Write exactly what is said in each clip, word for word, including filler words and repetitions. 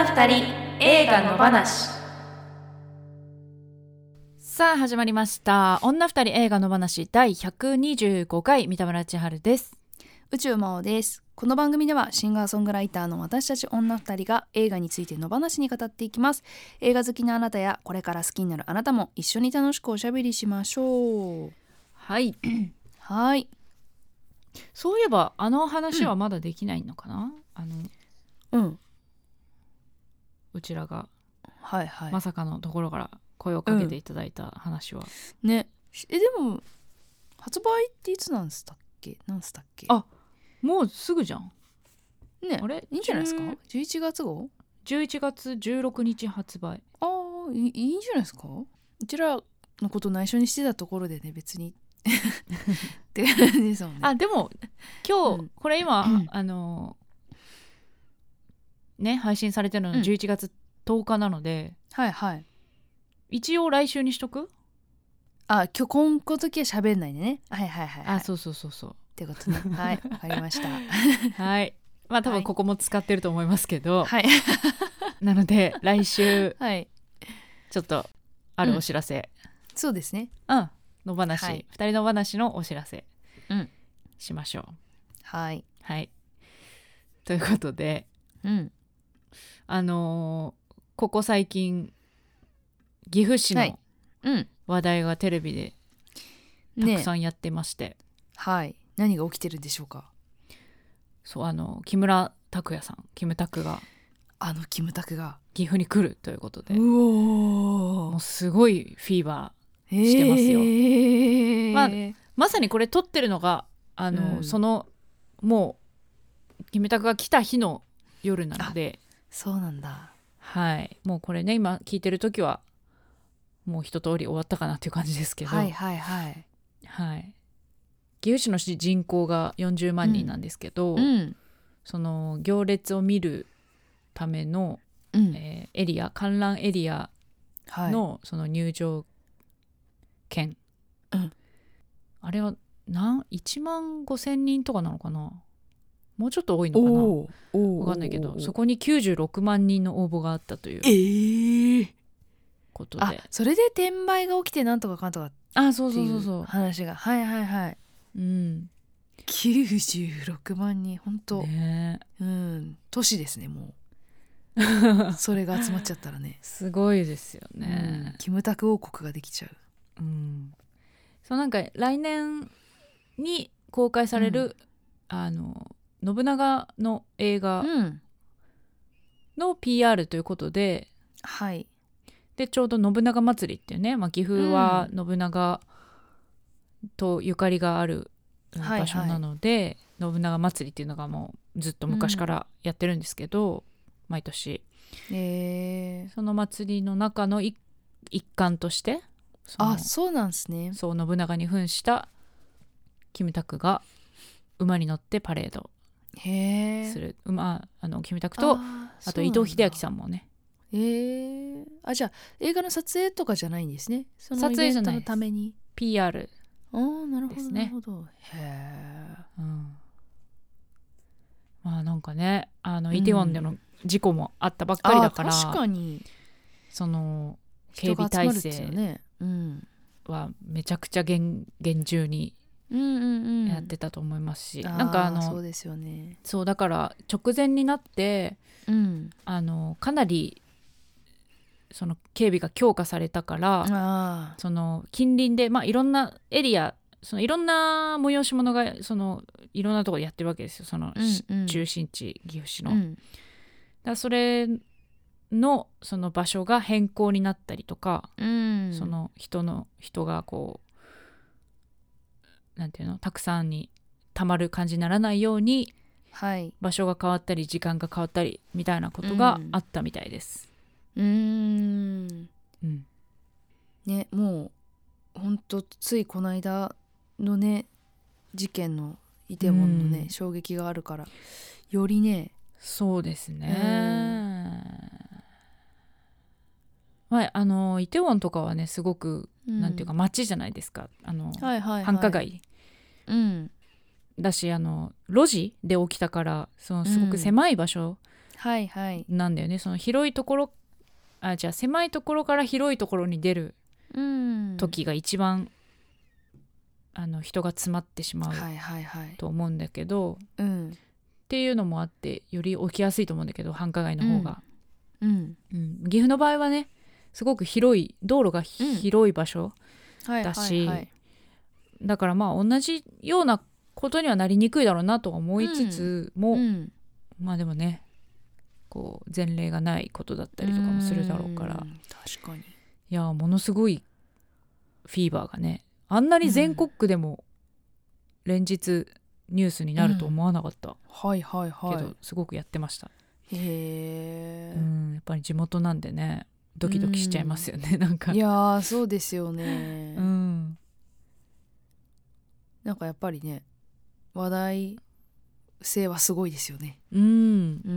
女二人映画の話。 さあ始まりました。女二人映画の話だいひゃくにじゅうごかい、三田村千春です。 宇宙魔王です。この番組ではシンガーソングライターの私たち女二人が映画についての話に語っていきます。映画好きなあなたやこれから好きになるあなたも一緒に楽しくおしゃべりしましょう。 はいはい。 そういえばあの話はまだできないのかな、うん、あのうんうちらがはいはい、 まさかのところから声をかけていただいた話は、 うん、ねえでも発売っていつなんすたっけなんすたっけ。 あもうすぐじゃんね。 あれいいんじゃないですか。じゅういちがつ号じゅういちがつじゅうろくにち発売。 ああ い, いいんじゃないですか。うちらのこと内緒にしてたところでね別にって感じですもんね。 あでも今日、うん、これ今、 うん、 あのね配信されてるのじゅういちがつとおかなので、 うん、はいはい。 一応来週にしとく。 あ今日今個時は喋んないでね。はいはいはい、はい、 あそうそうそうそうってことね。はいわかりましたはいまあ多分ここも使ってると思いますけど、 はいなので来週はいちょっとあるお知らせ、 うん、そうですね。 うんの話、 はい、 ふたりの話のお知らせ、 うん、 しましょう。 はいはいということで、 うん、 あのー、ここ最近岐阜市の話題がテレビでたくさんやってまして、ね、 はい何が起きてるんでしょうか。 そうあの木村拓哉さんキムタクがあのキムタクが岐阜に来るということで、 うおもうすごいフィーバーしてますよ、えーまあ、まさにこれ撮ってるのがあの、うん、そのもうキムタクが来た日の夜なので。 そうなんだ。 はいもうこれね今聞いてる時はもう一通り終わったかなっていう感じですけど、 はいはいはい、 はい、岐阜市の人口がよんじゅうまんにんなんですけど、 うんうん、 その行列を見るための、うんえー、エリア観覧エリアの、はい、その入場券、うん、あれは何いちまんごせんにんとかなのかな、もうちょっと多いのかな分かんないけど、そこにきゅうじゅうろくまんにんの応募があったという、えー、ことで、 あそれで転売が起きてなんとかかんとかっていう話がはいはいはい、うん、きゅうじゅうろくまんにん本当、ね、うん都市ですねもうそれが集まっちゃったらねすごいですよね、 うん、キムタク王国ができちゃう、 うん、そうなんか来年に公開される、うん、あの信長の映画の ピーアール ということで、 うん、はいでちょうど信長祭りっていうね、まあ、岐阜は信長とゆかりがある場所なので、はいはい、信長祭りっていうのがもうずっと昔からやってるんですけど、うん、毎年、えー、その祭りの中の一環としてあそうなんですね。 そう信長に扮したキムタクが馬に乗ってパレードする、馬あのキムタクと あ, あと伊藤英明さんもね。 えー、あじゃあ映画の撮影とかじゃないんですね。そのイベントのためにピーアールあーなるほど、 ですね。 なるほど。へえ、 うん、まあなんかねあの、うん、イテウォンでの事故もあったばっかりだから、 確かにその警備体制はめちゃくちゃ 厳, 厳重にやってたと思いますし、うんうんうん、なんかあのそうですよね。 そうだから直前になって、うん、あのかなりその警備が強化されたから、あその近隣で、まあ、いろんなエリアそのいろんな催し物がそのいろんなところでやってるわけですよ、その、うんうん、中心地岐阜市の、うん、だからそれのその場所が変更になったりとか、うん、その人の人がこうなんていうのたくさんにたまる感じにならないように、はい、場所が変わったり時間が変わったりみたいなことがあったみたいです。 うーん、うん、ねもうほんとついこの間のね事件のイテウォンのね、うん、衝撃があるからよりねそうですね、まあ、あのイテウォンとかはねすごく、うん、なんていうか街じゃないですか、あの、はいはいはい、繁華街、うん、だしあの路地で起きたからそのすごく狭い場所はいはい、 なんだよね。その広いところあじゃあ狭いところから広いところに出る時が一番、うん、あの人が詰まってしまうと思うんだけど、 はいはいはい、うん、 っていうのもあってより起きやすいと思うんだけど、繁華街の方が、 うんうん、岐阜の場合はねすごく広い道路が広い場所だし、うんはいはいはい、だからまあ同じようなことにはなりにくいだろうなとは思いつつも、うんうん、まあでもねこう前例がないことだったりとかもするだろうから、 確かに、いやものすごいフィーバーがね、あんなに全国区でも連日ニュースになると思わなかった、うん、 はいはいはい、 けどすごくやってました。 へえ、 うん、やっぱり地元なんでねドキドキしちゃいますよね、うん、なんかいやそうですよね、 うん、 なんかやっぱりね話題性はすごいですよね。 うん、 うん、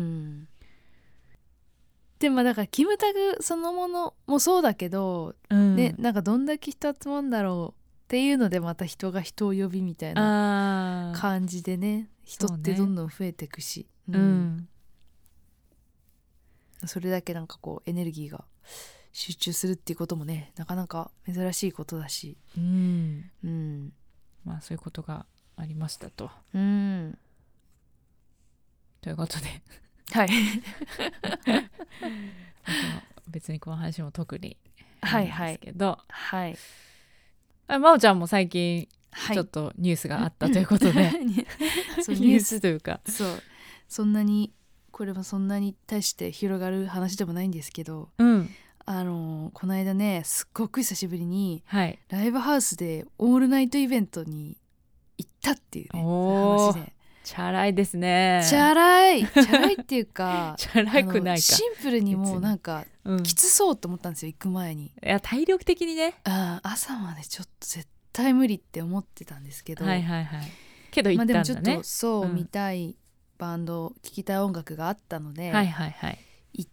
でもだからキムタクそのものもそうだけど、うん、ね、なんかどんだけ人集まるんだろうっていうのでまた人が人を呼びみたいな感じでね、人ってどんどん増えていくし、う、ね、うん、それだけなんかこうエネルギーが集中するっていうこともねなかなか珍しいことだし、 うんうん、 まあそういうことがありましたと、 うん、 ということではい別にこの話も特にないんですけど、 はいはい、 あ、真央ちゃんも最近ちょっとニュースがあったということで、はい、そうニュースというかそうそんなにこれはそんなに対して広がる話でもないんですけど、 うん、 あのこの間ねすっごく久しぶりに、 はい、 ライブハウスでオールナイトイベントに行ったっていうね話で、 チャラいですね。 チャラいチャラいっていうかチャラくないか、 シンプルにもうなんかきつそうと思ったんですよ、うん、行く前に。 いや体力的にね、 あ朝までちょっと絶対無理って思ってたんですけど、 はいはいはい、けど行ったんだね、まあ、でもちょっとそう、うん、見たいバンド聴きたい音楽があったので、 はいはいはい、 行って、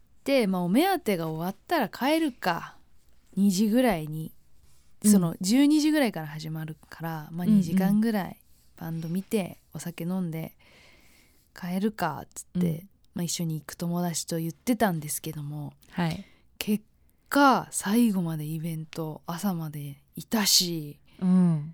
まあ、お目当てが終わったら帰るかにじぐらいに、そのじゅうにじぐらいから始まるから、まあ、にじかんぐらいバンド見てお酒飲んで帰るかっつって、うんまあ、一緒に行く友達と言ってたんですけども、 はい、 結果最後までイベント朝までいたし、 うん、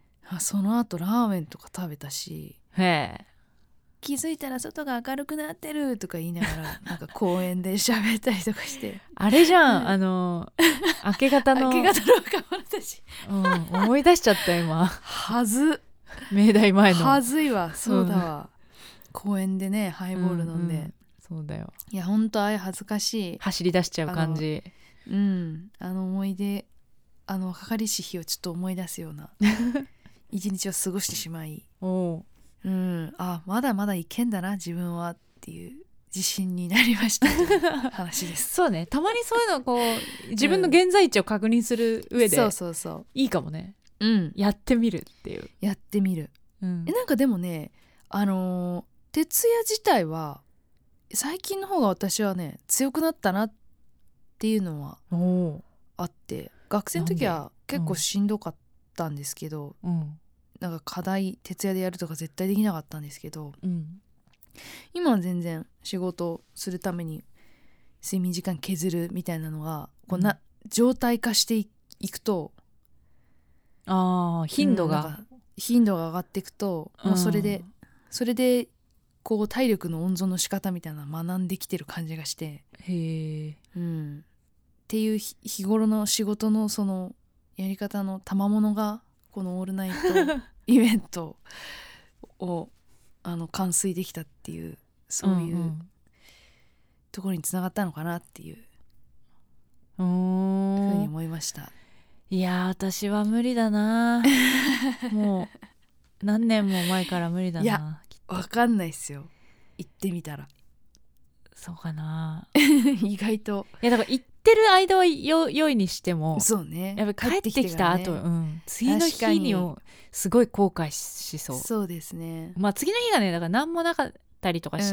その後ラーメンとか食べたし、 へえ、 気づいたら外が明るくなってるとか言いながらなんか公園で喋ったりとかしてあれじゃん、うん、あの明け方の明け方の若者たち、 うん、思い出しちゃった今はず明大前のはずいわ、そうだわ、うん、公園でねハイボール飲んで、うんうん、 そうだよ、 いやほんとあれ恥ずかしい、 走り出しちゃう感じ、 あの、うん、あの思い出、あのかかりし日をちょっと思い出すような一日を過ごしてしまい、 おうん、あまだまだいけんだな自分はっていう自信になりましたという話ですそうね、たまにそういうのこう自分の現在地を確認する上で、うん、そうそうそういいかもね、 うん、 やってみるっていう、 やってみる、うん、えなんかでもねあのー、徹夜自体は最近の方が私はね強くなったなっていうのはあって、学生の時は結構しんどかったんですけど、うん、なんか課題徹夜でやるとか絶対できなかったんですけど、うん、今は全然仕事するために睡眠時間削るみたいなのがこうな、うん、状態化していくと、 あ頻度が、 うん、頻度が上がっていくと、もうそれで、うん、それでこう体力の温存の仕方みたいなのを学んできてる感じがして、 へー、 うん、っていう日頃の仕事のそのやり方の賜物がこのオールナイトイベントをあの完遂できたっていう、そういう、うんうん、ところにつながったのかなっていうふうに思いました。 いや私は無理だなもう何年も前から無理だな。 いや分かんないっすよ、行ってみたら。 そうかな意外といやだから行ってる間はよ良いにしても、 そうね、 やっぱり帰ってきた後、ね、うん、次の日にもすごい後悔しそう。 そうですね、 まあ次の日がねだから何もなかったりとかし、うん、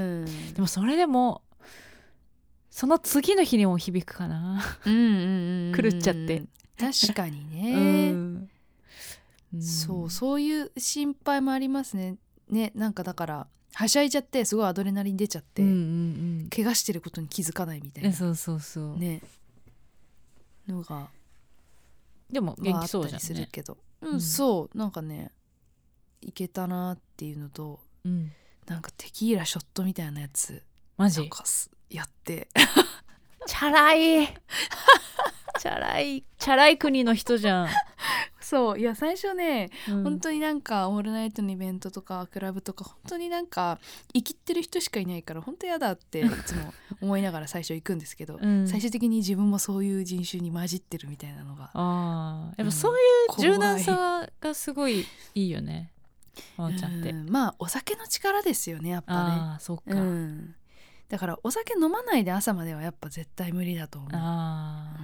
でもそれでもその次の日にも響くかな、 うんうんうんうん、 狂っちゃって確かにね、 うんうん、そうそういう心配もありますね。ね、なんかだからはしゃいじゃってすごいアドレナリン出ちゃって、 うんうんうん、 怪我してることに気づかないみたいな、 そうそうそうねのがでも元気そうじゃんね。 するけど、うんうん、そうなんかねいけたなっていうのと、 うん、 なんかテキーラショットみたいなやつマジなんかやってチャラいチャラいチャラい国の人じゃん。 そういや最初ね、うん、本当になんかオールナイトのイベントとかクラブとか本当になんか生きってる人しかいないから本当やだっていつも思いながら最初行くんですけど、うん、最終的に自分もそういう人種に混じってるみたいなのが、 あやっぱそういう柔軟さがすごいいいよね、まおちゃんって。 うんまあお酒の力ですよねやっぱね。 あそうか、うん、 だからお酒飲まないで朝まではやっぱ絶対無理だと思う。あ、うん、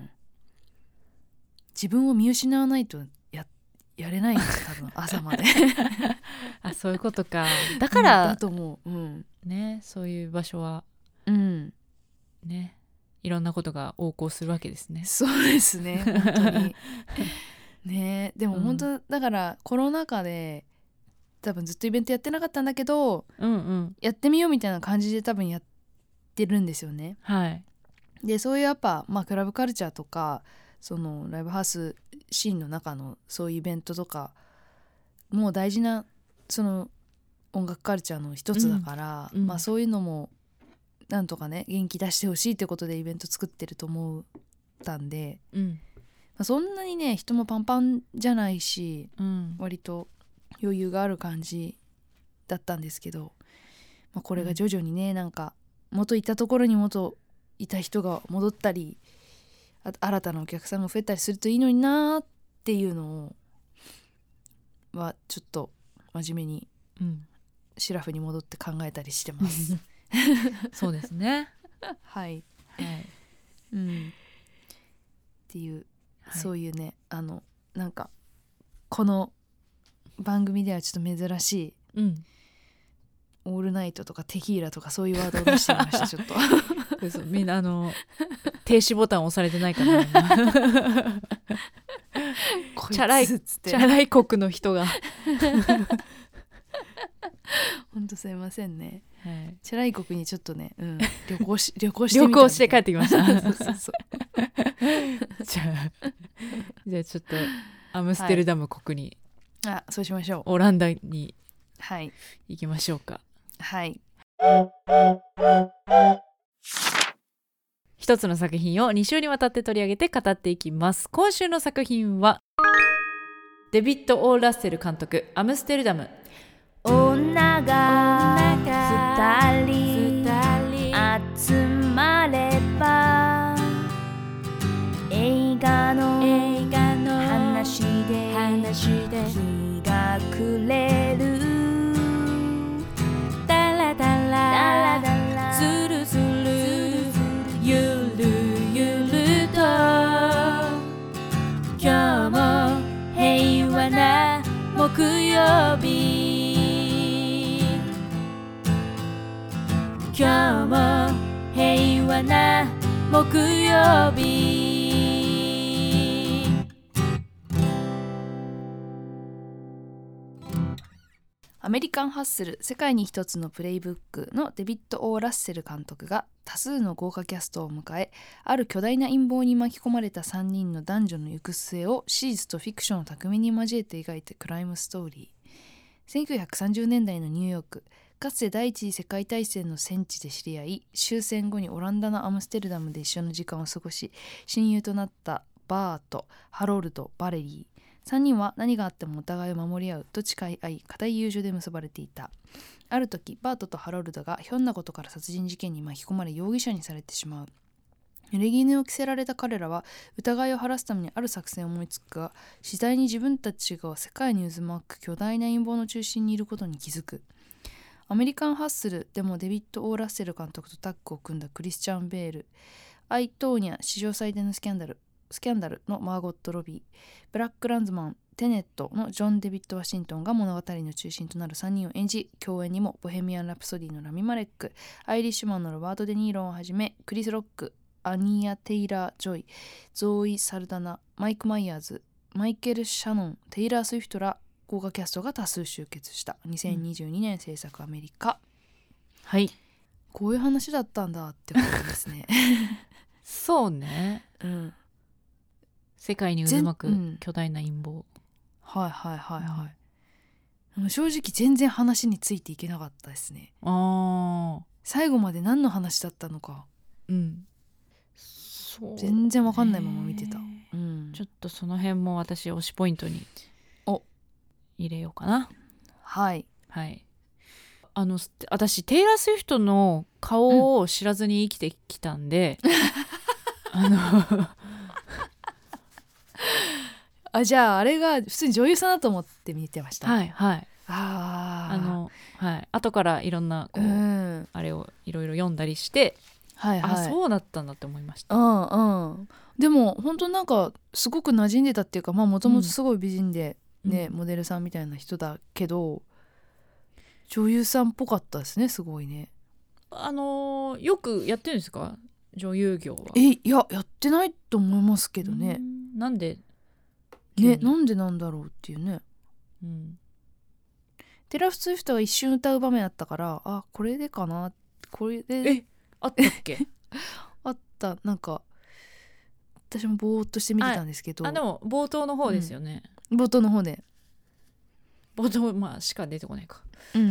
自分を見失わないと や, やれないんです多分朝まであそういうことか。だから、 うん、だと思う、うん、 ねそういう場所は、 うん、 ねいろんなことが横行するわけですね。 そうですね本当にねでも本当、うん、だからコロナ禍で多分ずっとイベントやってなかったんだけど、うんうん、やってみようみたいな感じで多分やってるんですよね。 はい。 でそういうやっぱ、まあ、クラブカルチャーとかそのライブハウスシーンの中のそういうイベントとかもう大事なその音楽カルチャーの一つだから、うんまあ、そういうのもなんとかね元気出してほしいってことでイベント作ってると思ったんで、うんまあ、そんなにね人もパンパンじゃないし、うん、割と余裕がある感じだったんですけど、まあ、これが徐々にねなんか元いたところに元いた人が戻ったり新たなお客さんが増えたりするといいのになっていうのをはちょっと真面目に、うん、シラフに戻って考えたりしてますそうですねはい、はいうん、っていう、はい、そういうねあのなんかこの番組ではちょっと珍しい、うん、オールナイトとかテキーラとかそういうワードを出してみましたちょっとみんなあの停止ボタン押されてないかなチャラいチャラい国の人がほんとすいませんね、はい、チャラい国にちょっとね、うん、旅行し旅行してみた旅行して帰ってきましたそうそうそうじゃあじゃあちょっとアムステルダム国に、 はい、あそうしましょう。 オランダに行きましょうか。 はい、 一つの作品をに週にわたって取り上げて語っていきます。今週の作品はデビッド・オー・ラッセル監督アムステルダム。 女が二人集まれば映画の話で日が暮れる。ダラダラズルズルゆるゆると今日も平和な木曜日、今日も平和な木曜日。 アメリカンハッスル世界に一つのプレイブックのデビッド・オー・ラッセル監督が多数の豪華キャストを迎え、ある巨大な陰謀に巻き込まれたさんにんの男女の行く末を史実とフィクションを巧みに交えて描いたクライムストーリー。せんきゅうひゃくさんじゅうねんだいのニューヨーク、かつて第一次世界大戦の戦地で知り合い、終戦後にオランダのアムステルダムで一緒の時間を過ごし親友となったバート、ハロルド、バレリー。さんにんは何があってもお互いを守り合うと誓い合い、固い友情で結ばれていた。ある時、バートとハロルドがひょんなことから殺人事件に巻き込まれ容疑者にされてしまう。濡れ衣を着せられた彼らは疑いを晴らすためにある作戦を思いつくが、次第に自分たちが世界に渦巻く巨大な陰謀の中心にいることに気づく。アメリカンハッスルでもデビッド・オー・ラッセル監督とタッグを組んだクリスチャン・ベール、アイ・トーニャ史上最大のスキャンダルスキャンダルのマーゴット・ロビー、ブラック・ランズマン、テネットのジョン・デビッド・ワシントンが物語の中心となるさんにんを演じ、共演にもボヘミアン・ラプソディのラミ・マレック、アイリッシュマンのロバート・デ・ニーロンをはじめ、クリス・ロック、アニア・テイラー・ジョイ、ゾーイ・サルダナ、マイク・マイヤーズ、マイケル・シャノン、テイラー・スウィフトら豪華キャストが多数集結したにせんにじゅうにねん制作アメリカ、 はい、 こういう話だったんだってことですねそうね、 うん、 世界に渦巻く巨大な陰謀、うん、 はいはいはいはい、うん、正直全然話についていけなかったですね。 あ最後まで何の話だったのか、 うん、そうね、 全然わかんないまま見てた、うん、 ちょっとその辺も私推しポイントに入れようかな。 はいはい。あの私テイラー・スウィフトの顔を知らずに生きてきたんで、うん、あのあ、じゃああれが普通に女優さんだと思って見てました。 はいはい。 ああのはい後からいろんなこう、うん、あれをいろいろ読んだりして、はいはい、あ、そうだったんだって思いました。 うんうん。でも本当なんかすごく馴染んでたっていうか、まあもともとすごい美人でね、うん、モデルさんみたいな人だけど女優さんっぽかったですね、すごいね。 あのー、よくやってるんですか、女優業は。 え、いややってないと思いますけどね。 んなんでね、なんでなんだろうっていうね、 うん、 テイラー・スウィフトが一瞬歌う場面あったから、あ、これでかな、これでえあったっけあった、なんか私もぼーっとして見てたんですけど、 あ, あでも冒頭の方ですよね、 うん、冒頭の方で冒頭まあしか出てこないか。 うんうん、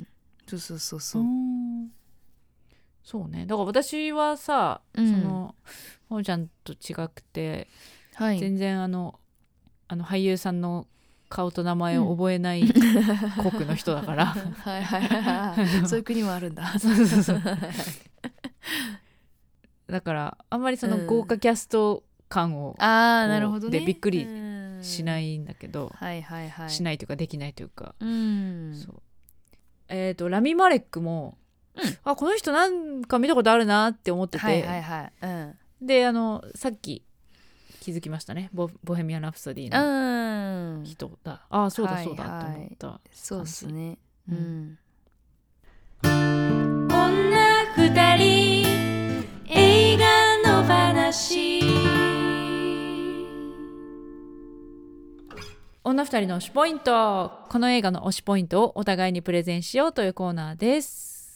そうそうそうそう、 うんそうね。だから私はさ、うん、そのほうちゃんと違くて、はい、全然あのあの俳優さんの顔と名前を覚えない、うん、国の人だからはいはいはいそういう国もあるんだそうそうそうだからあんまりその豪華キャスト感を、うん、あなるほどね、でびっくりしないんだけど、はいはいはい、しないというかできないというか、うん、そうえーとラミ・マレックも、うん、あこの人なんか見たことあるなって思ってて、はいはいはい、うん、であのさっき気づきましたね、 ボ, ボヘミアン・ラプソディの人だ、うん、あそうだそうだ、はいはい、と思った感じ。 そうですね、うん、 女二人映画の話、 女二人の推しポイント。この映画の推しポイントをお互いにプレゼンしようというコーナーです。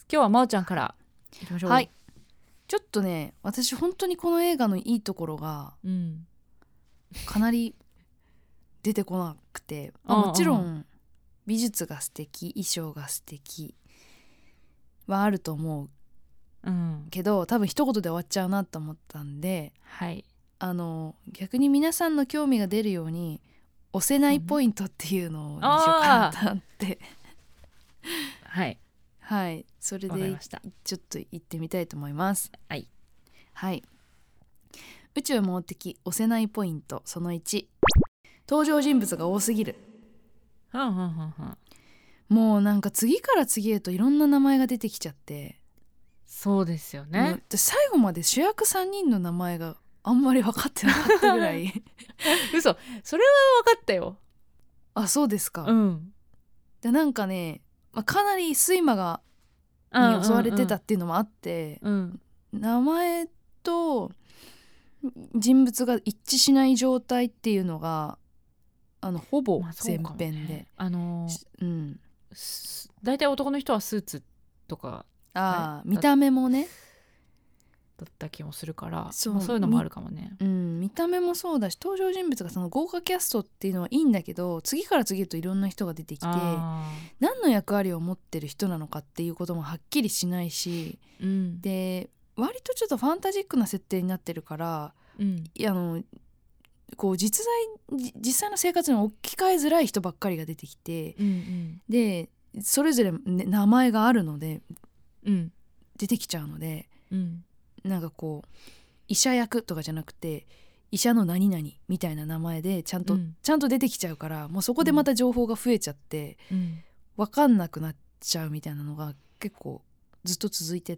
今日はまおちゃんからいきましょう。 はい、ちょっとね私本当にこの映画のいいところが、うん、かなり出てこなくて、まあ、もちろん美術が素敵、衣装が素敵はあると思う、うん、けど多分一言で終わっちゃうなと思ったんで、はい、あの逆に皆さんの興味が出るように押せないポイントっていうのをにしようかなってはいはい、それでちょっと行ってみたいと思います。はい、はい、宇宙盲的押せないポイントそのいち、登場人物が多すぎる。はんはんはんはん、もうなんか次から次へといろんな名前が出てきちゃって、 そうですよね。 最後まで主役さんにんの名前があんまり分かってなかったぐらい嘘、それは分かったよ。 あ、そうですか。うん、でなんかね、まあ、かなり睡魔がに襲われてたっていうのもあって、うんうんうん、名前と人物が一致しない状態っていうのがあのほぼ全編で、まあね、あのーうん、 だいたい男の人はスーツとか、 あ、見た目もねだった気もするから、そう、まあ、そういうのもあるかもね、 うん、見た目もそうだし登場人物がその豪華キャストっていうのはいいんだけど、次から次へといろんな人が出てきて何の役割を持ってる人なのかっていうこともはっきりしないし、うん、で割とちょっとファンタジックな設定になってるから、うん、あのこう実在実際の生活に置き換えづらい人ばっかりが出てきて、うんうん、でそれぞれ、ね、名前があるので、うん、出てきちゃうので、うん、なんかこう医者役とかじゃなくて医者の何々みたいな名前でちゃんと、うん、ちゃんと出てきちゃうから、もうそこでまた情報が増えちゃって、うん、分かんなくなっちゃうみたいなのが結構ずっと続いてって、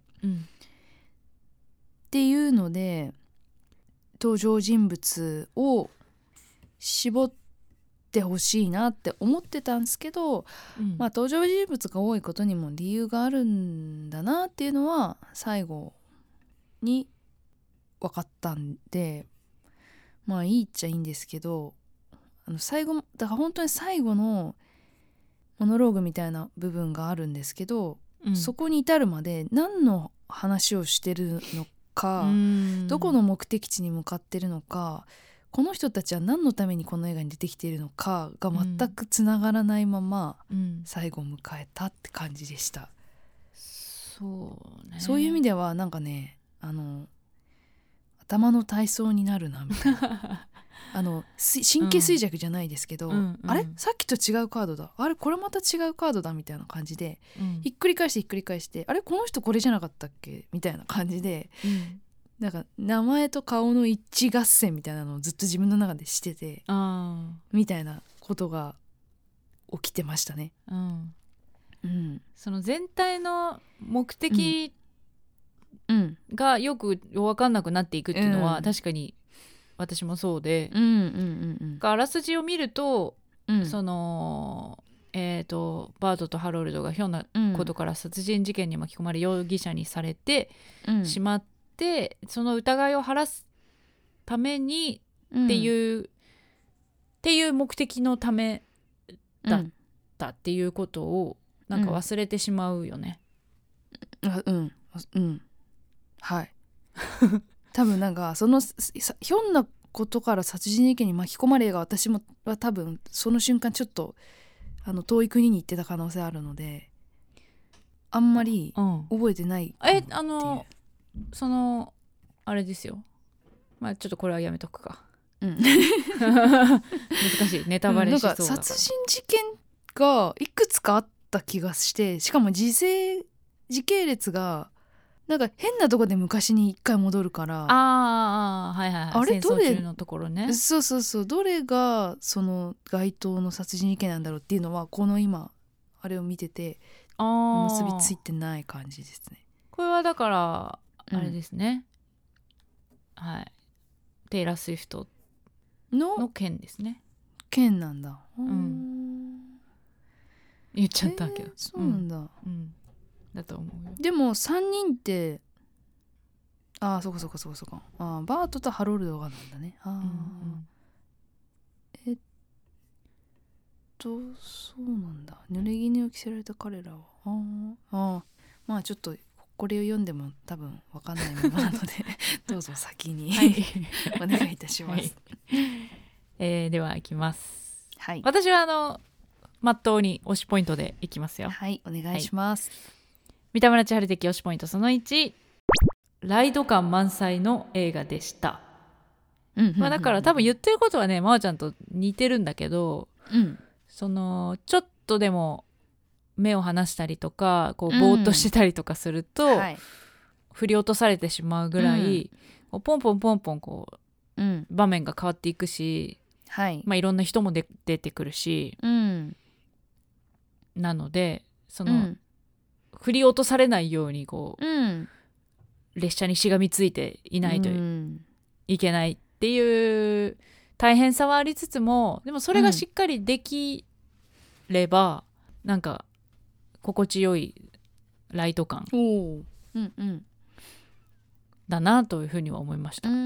うん、っていうので登場人物を絞ってほしいなって思ってたんですけど、うん、まあ登場人物が多いことにも理由があるんだなっていうのは最後に分かったんで、まあいいっちゃいいんですけど、 あの最後だから本当に最後のモノローグみたいな部分があるんですけど、うん、そこに至るまで何の話をしてるのか、どこの目的地に向かってるのか、この人たちは何のためにこの映画に出てきているのかが全くつながらないまま最後を迎えたって感じでした、うん、 そうね、 そういう意味ではなんかね、あの頭の体操になるなみたいなあの神経衰弱じゃないですけど、うん、あれさっきと違うカードだ、あれこれまた違うカードだみたいな感じで、うん、ひっくり返してひっくり返して、あれこの人これじゃなかったっけみたいな感じで、うん、なんか名前と顔の一致合戦みたいなのをずっと自分の中でしてて、みたいなことが起きてましたね、うんうん、その全体の目的がよく分かんなくなっていくっていうのは、うん、確かに私もそうで、うんうんうんうん、あらすじを見ると、うん、そのえーと、バートとハロルドがひょんなことから殺人事件に巻き込まれ容疑者にされてしまって、うん、その疑いを晴らすためにっていう、うん、っていう目的のためだったっていうことをなんか忘れてしまうよね、 うんうん、うん、はい多分なんかそのひょんなことから殺人事件に巻き込まれが私もは多分その瞬間ちょっとあの遠い国に行ってた可能性あるのであんまり覚えてないかもっていう、 うん、えあのそのあれですよ、まあちょっとこれはやめとくか、うん、難しいネタバレしそうだから、 うん、なんか殺人事件がいくつかあった気がして、しかも時勢時系列がなんか変なとこで昔に一回戻るから、 ああはいはいはい、あれ戦争中のところね、 そうそうそう、どれがその該当の殺人事件なんだろうっていうのはこの今あれを見てて結びついてない感じですね。 これはだからあれですね、うん、はいテイラー・スウィフトのの件ですね。 件なんだ、 うん、言っちゃったけど、えー、 そうなんだ、 うんうんだと思うよ。 でもさんにんってああそうかそうかそうかそうか、あバートとハロルドがなんだね、あ、うんうん、えっとそうなんだ、濡れ衣を着せられた彼らはああまあちょっとこれを読んでも多分分かんないままなのでどうぞ先に、はい、お願いいたします、はいえー、ではいきます、 はい、 私はあのまっとうに推しポイントでいきますよ。 はいお願いします、はい、 三田村千春的推しポイントそのいち、ライド感満載の映画でした、うんうんうんうん、まあ、だから多分言ってることはねまーちゃんと似てるんだけど、うん、そのちょっとでも目を離したりとかこうぼーっとしてたりとかすると、うんはい、振り落とされてしまうぐらい、うん、こうポンポンポンポンこう、うん、場面が変わっていくし、はいまあ、いろんな人もで出てくるし、うん、なのでその、うん振り落とされないようにこう、うん、列車にしがみついていないといけないっていう大変さはありつつも、でもそれがしっかりできれば、うん、なんか心地よいライト感だなというふうには思いました。うん、うん、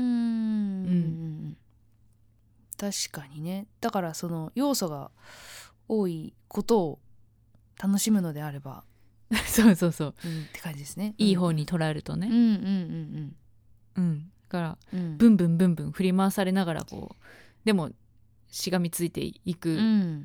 確かにね、だからその要素が多いことを楽しむのであればそうそうそう、 うん、って感じですね。 いい方に捉えるとね。うんうんうんうんうん。だから、うん、ブンブンブンブン振り回されながらこうでもしがみついていく、うん、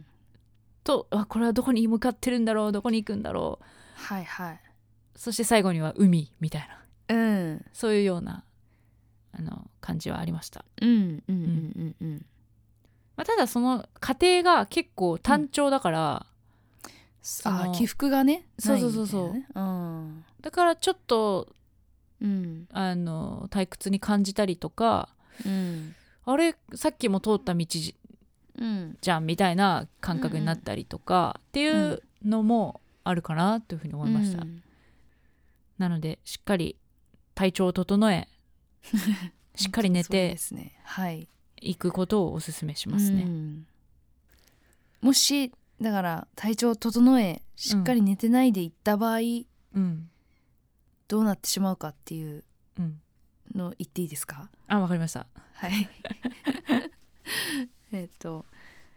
とあこれはどこに向かってるんだろうどこに行くんだろう。 はいはい。 そして最後には海みたいな、うん、そういうようなあの感じはありました。うんうんうんうんうん。まあ、ただその過程が結構単調だから。うんあ起伏がねそうそうそうそう、ねうん、だからちょっと、うん、あの退屈に感じたりとか、うん、あれさっきも通った道じ、うん、じゃんみたいな感覚になったりとか、うん、っていうのもあるかなというふうに思いました、うん、なのでしっかり体調を整えしっかり寝ていくことをおすすめしますね、うん、 もしだから体調を整えしっかり寝てないで行った場合、うん、どうなってしまうかっていうのを言っていいですか？ あ、わかりました。 はいえっと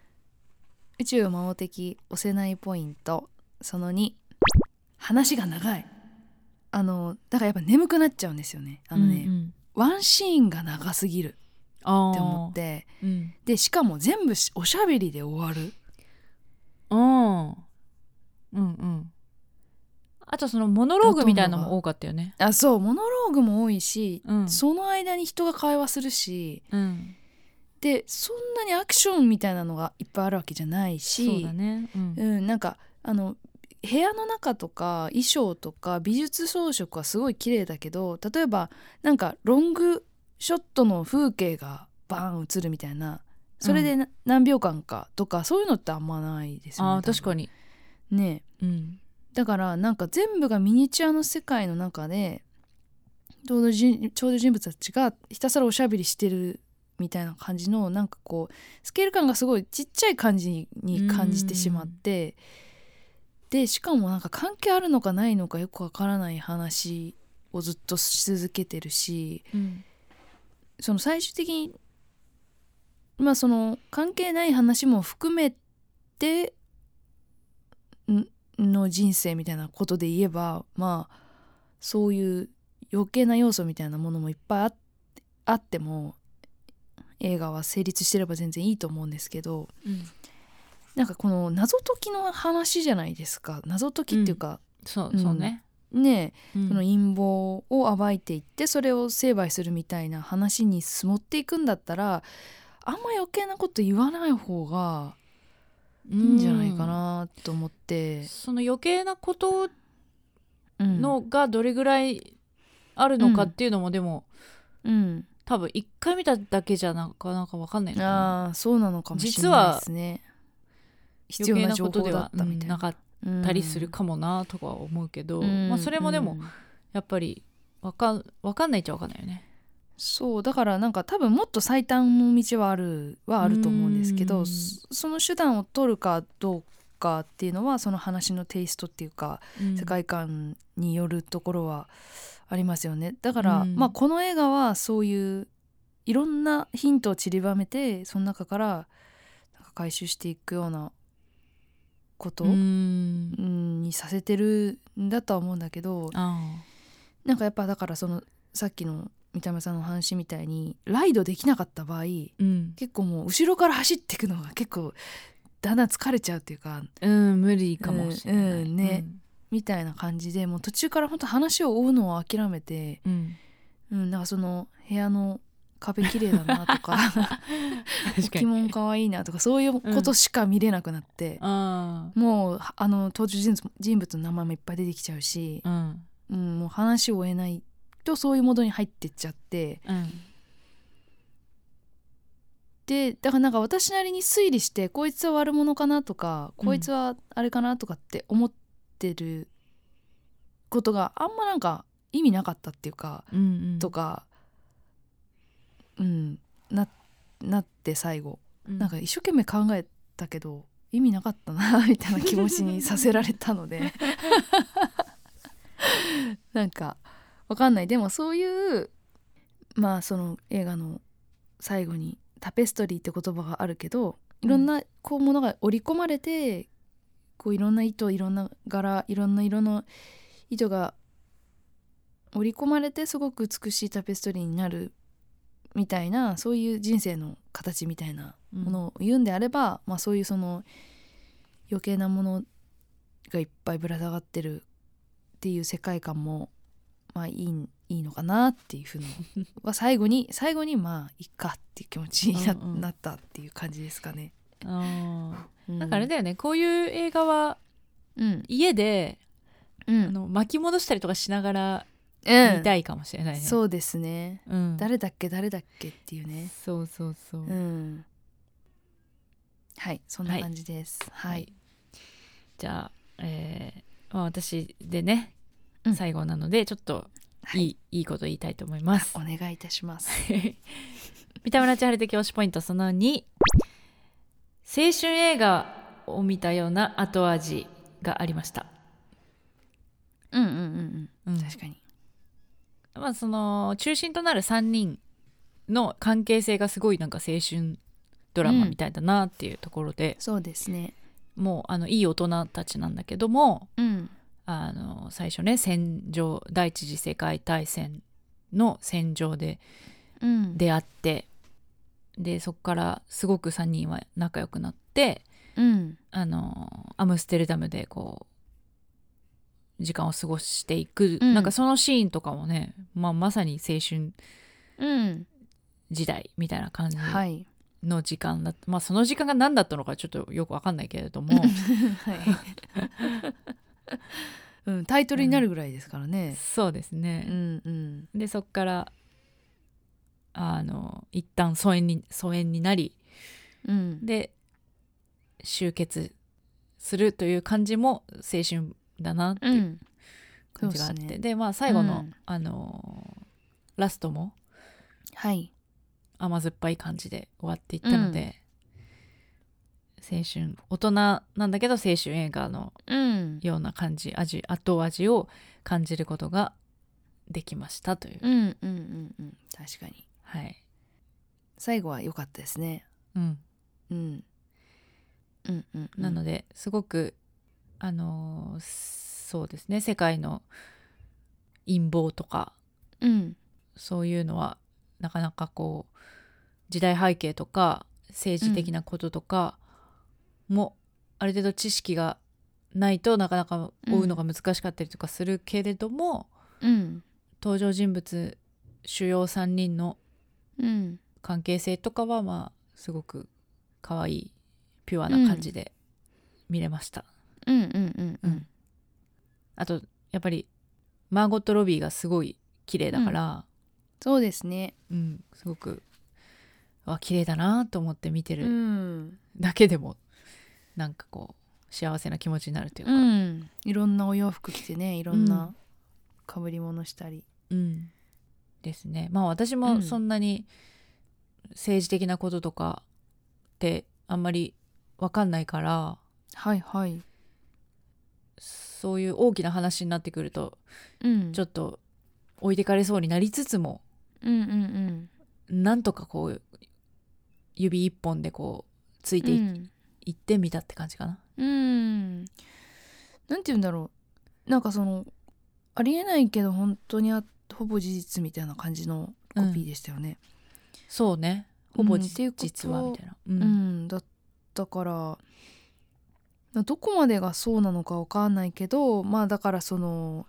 宇宙魔王的押せないポイントそのに、話が長い。あのだからやっぱ眠くなっちゃうんですよね。あのね、うんうん、ワンシーンが長すぎるって思って、うん、でしかも全部おしゃべりで終わる。うんうん。 あとそのモノローグみたいなのも多かったよね。 あ、そう、モノローグも多いし、うん、その間に人が会話するし、うん、でそんなにアクションみたいなのがいっぱいあるわけじゃないし、 そうだね、うんうん、なんかあの部屋の中とか衣装とか美術装飾はすごい綺麗だけど、例えばなんかロングショットの風景がバーン映るみたいな、それで何秒間かとか、うん、そういうのってあんまないですよね。 あ、確かにね、うん、だからなんか全部がミニチュアの世界の中でちょうどじちょうど人物たちがひたすらおしゃべりしてるみたいな感じの、なんかこうスケール感がすごいちっちゃい感じに感じてしまって、でしかもなんか関係あるのかないのかよくわからない話をずっとし続けてるし、うん、その最終的にまあその関係ない話も含めての人生みたいなことで言えば、まあそういう余計な要素みたいなものもいっぱい あ, あっても映画は成立してれば全然いいと思うんですけど、うん、なんかこの謎解きの話じゃないですか。謎解きっていうか、 うん、そう、そうね、 ねえ、うん、その陰謀を暴いていってそれを成敗するみたいな話に持っていくんだったら、あんま余計なこと言わない方がいいんじゃないかなと思って、うん、 その余計なことのがどれぐらいあるのかっていうのも、でも、うん、多分いっかい見ただけじゃなかなか分かんないのかな。 あ、そうなのかもしれないですね。 必要なことではなかったりするかもなとかは思うけど、うん、まあ、それもでもやっぱり分かん、分かんないっちゃ分かんないよね。 そうだからなんか多分もっと最短の道はあるはあると思うんですけど、その手段を取るかどうかっていうのはその話のテイストっていうか、うん、世界観によるところはありますよね。だから、うん、まあこの映画はそういういろんなヒントを散りばめてその中からなんか回収していくようなこと、うん、にさせてるんだとは思うんだけど、なんかやっぱだからそのさっきの三田村さんの話みたいにライドできなかった場合、うん、結構もう後ろから走っていくのが結構だんだん疲れちゃうっていうか、 うん、無理かもしれない、 うんうん、ね、うん、みたいな感じでもう途中から本当話を追うのを諦めて、うんうん、なんかその部屋の壁綺麗だなとか置物かわいいなとかそういうことしか見れなくなって、うん、もうあの登場人物、人物の名前もいっぱい出てきちゃうし、うんうん、もう話を追えないとそういうモードに入ってっちゃって、うん、でだからなんか私なりに推理してこいつは悪者かなとか、うん、こいつはあれかなとかって思ってることがあんまなんか意味なかったっていうか、うんうん、とか、うん、な, なって最後、うん、なんか一生懸命考えたけど意味なかったなみたいな気持ちにさせられたのでなんかわかんない。でもそういうまあその映画の最後にタペストリーって言葉があるけど、いろんなこうものが織り込まれて、こういろんな糸、いろんな柄、いろんな色の糸が織り込まれてすごく美しいタペストリーになるみたいな、そういう人生の形みたいなものを言うんであれば、うん、まあそういうその余計なものがいっぱいぶら下がってるっていう世界観もまあいい、いいのかなっていうふうのは最後に最後にまあいっかっていう気持ちに な,、うんうん、なったっていう感じですかね。 あ、うん、なんかあれだよね、こういう映画は、うん、家で、うん、あの巻き戻したりとかしながら見たいかもしれないね、 うん、そうですね、うん、誰だっけ誰だっけっていうね。 そうそうそう、うん、 はいそんな感じです、はいはい、 じゃあ、えーまあ、私でね最後なのでちょっといい、はい、いいこと言いたいと思います。 お願いいたします三田村千春的推しポイントそのに、青春映画を見たような後味がありました。 うんうんうんうん、うん、確かに。 まあその中心となるさんにんの関係性がすごいなんか青春ドラマみたいだなっていうところで、うん、 そうですね。 もうあのいい大人たちなんだけども、 うん、 あの最初ね戦場第一次世界大戦の戦場で出会って、うん、でそこからすごくさんにんは仲良くなって、 うん、 あのアムステルダムでこう時間を過ごしていく、うん、なんかそのシーンとかもね、まあ、まさに青春時代みたいな感じの時間だった、はい、まあその時間が何だったのかちょっとよく分かんないけれども、はいうん、タイトルになるぐらいですからね、うん、 そうですね、 うんうん、 でそっからあの一旦疎遠に疎遠になり、 うん、 で集結するという感じも青春だなっていう感じがあって、うんでね、でまあ最後の、うん、あのラストもはい甘酸っぱい感じで終わっていったので、うん、青春大人なんだけど青春映画のような感じ、味後味を感じることができましたという、 うんうんうんうん、確かに、 はい、 最後は良かったですね。 うんうんうんうんうん、 なのですごくあのそうですね世界の陰謀とか、 うん、 そういうのはなかなかこう時代背景とか政治的なこととかもある程度知識がないとなかなか追うのが難しかったりとかするけれども、 うん、 登場人物主要さんにんの関係性とかはまあすごく可愛いピュアな感じで見れました。 うんうんうんうん。 あとやっぱりマーゴット・ロビーがすごい綺麗だから、うん、 そうですね、 うん、すごくわ綺麗だなと思って見てるだけでも、うん、なんかこう幸せな気持ちになるというか、 うん、いろんなお洋服着てねいろんな被り物したり、 うん、ですね。まあ私もそんなに政治的なこととかってあんまり分かんないから、 はいはい、 そういう大きな話になってくると、うん、ちょっと置いてかれそうになりつつも、 うんうんうん、 なんとかこう指一本でこうついて い,、うん、いってみたって感じかな。 うん、なんて言うんだろう、なんかそのありえないけど本当にあほぼ事実みたいな感じのコピーでしたよね、 うん、そうね、ほぼ実はみたいな、 うんうん、だったからどこまでがそうなのか分かんないけど、まあだからその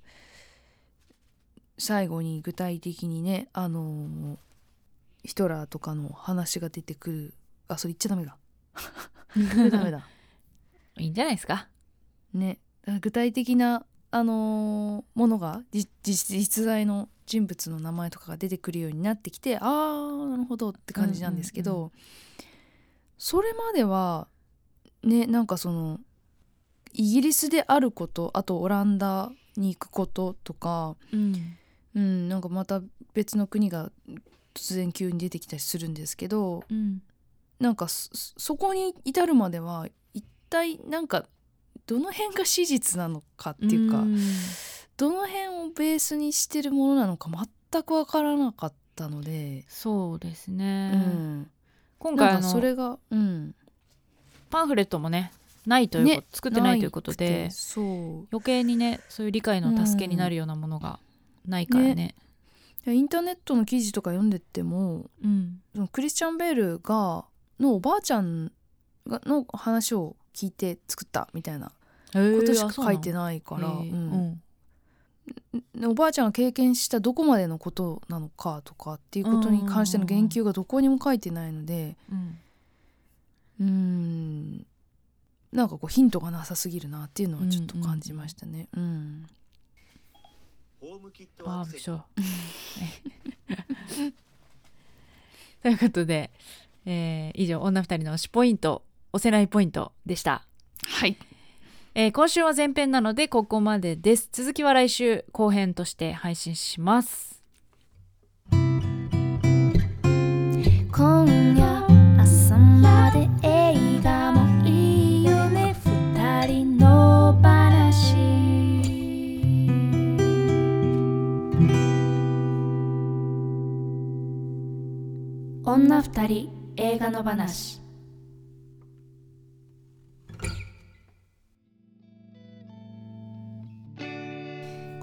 最後に具体的にね、あのヒトラーとかの話が出てくる、あ、それ言っちゃダメだダメだいいんじゃないですかね。だから具体的なあのー、ものが実在の人物の名前とかが出てくるようになってきて、あーなるほどって感じなんですけど、うんうんうん、それまではね、なんかそのイギリスであること、あとオランダに行くこととか、 うんうん、なんかまた別の国が突然急に出てきたりするんですけど、 うん、 なんか そ, そこに至るまでは一体なんかどの辺が史実なのかっていうか、うん、どの辺をベースにしてるものなのか全く分からなかったので、 そうですね、 うん、 今回あのそれが、うん、 パンフレットもねないということ、ね、作ってないということで、 そう余計にねそういう理解の助けになるようなものがないからね、 ね、インターネットの記事とか読んでっても、 うん、 そのクリスチャン・ベールがのおばあちゃんがの話を聞いて作ったみたいなことしか書いてないから、うんうん、おばあちゃんが経験したどこまでのことなのかとかっていうことに関しての言及がどこにも書いてないので、 うんうーんなんかこうヒントがなさすぎるなっていうのはちょっと感じましたね。うん、うんああびっしょということで、えー、以上女二人の推しポイント押せないポイントでした。 はい、 えー、今週は前編なのでここまでです。続きは来週後編として配信します。 今夜朝まで映画もいいよね二人の話。女二人映画の話。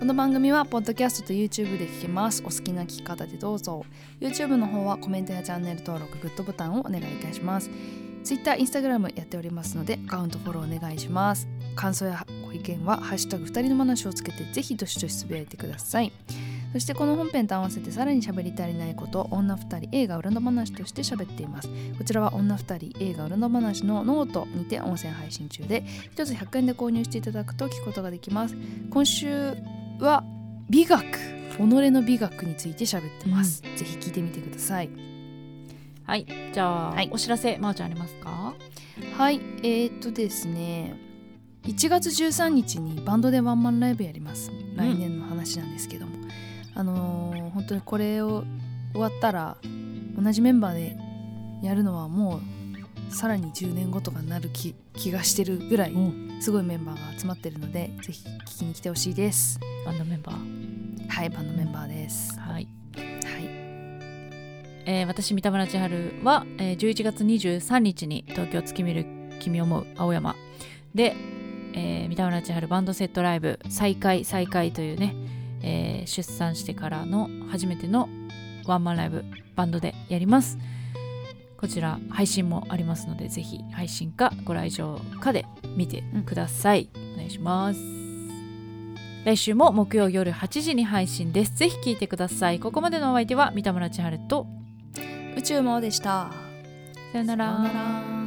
この番組はポッドキャストと YouTube で聞けます。お好きな聞き方でどうぞ。 YouTube の方はコメントやチャンネル登録、グッドボタンをお願いいたします。 Twitter、Instagram やっておりますのでアカウントフォローお願いします。感想やご意見はハッシュタグふたりの話をつけてぜひどしどしつぶやいてください。そしてこの本編と合わせてさらに喋り足りないこと女ふたり映画裏の話として喋っています。こちらは女ふたり映画裏の話のノートにて音声配信中で、ひとつひゃくえんで購入していただくと聞くことができます。今週は美学、己の美学について喋ってます、うん、ぜひ聞いてみてください。 はい、じゃあ、はい、お知らせまーちゃんありますか？ はい、えー、っとですねいちがつじゅうさんにちにバンドでワンマンライブやります。来年の話なんですけども、うんあのー、本当にこれを終わったら同じメンバーでやるのはもうさらにじゅうねんごとかになる 気, 気がしてるぐらいすごいメンバーが集まってるので、ぜひ聞きに来てほしいです。 バンドメンバー？ はい、バンドメンバーです。 はい、はいえー、私三田村千春は、えー、じゅういちがつにじゅうさんにちに東京月見る君思う青山で、えー、三田村千春バンドセットライブ再開再開というね、えー、出産してからの初めてのワンマンライブバンドでやります。こちら配信もありますのでぜひ配信かご来場かで見てください、うん、お願いします。来週も木曜夜はちじに配信です。ぜひ聞いてください。ここまでのお相手は三田村千春と宇宙魔王でした。 さよなら。 さよなら。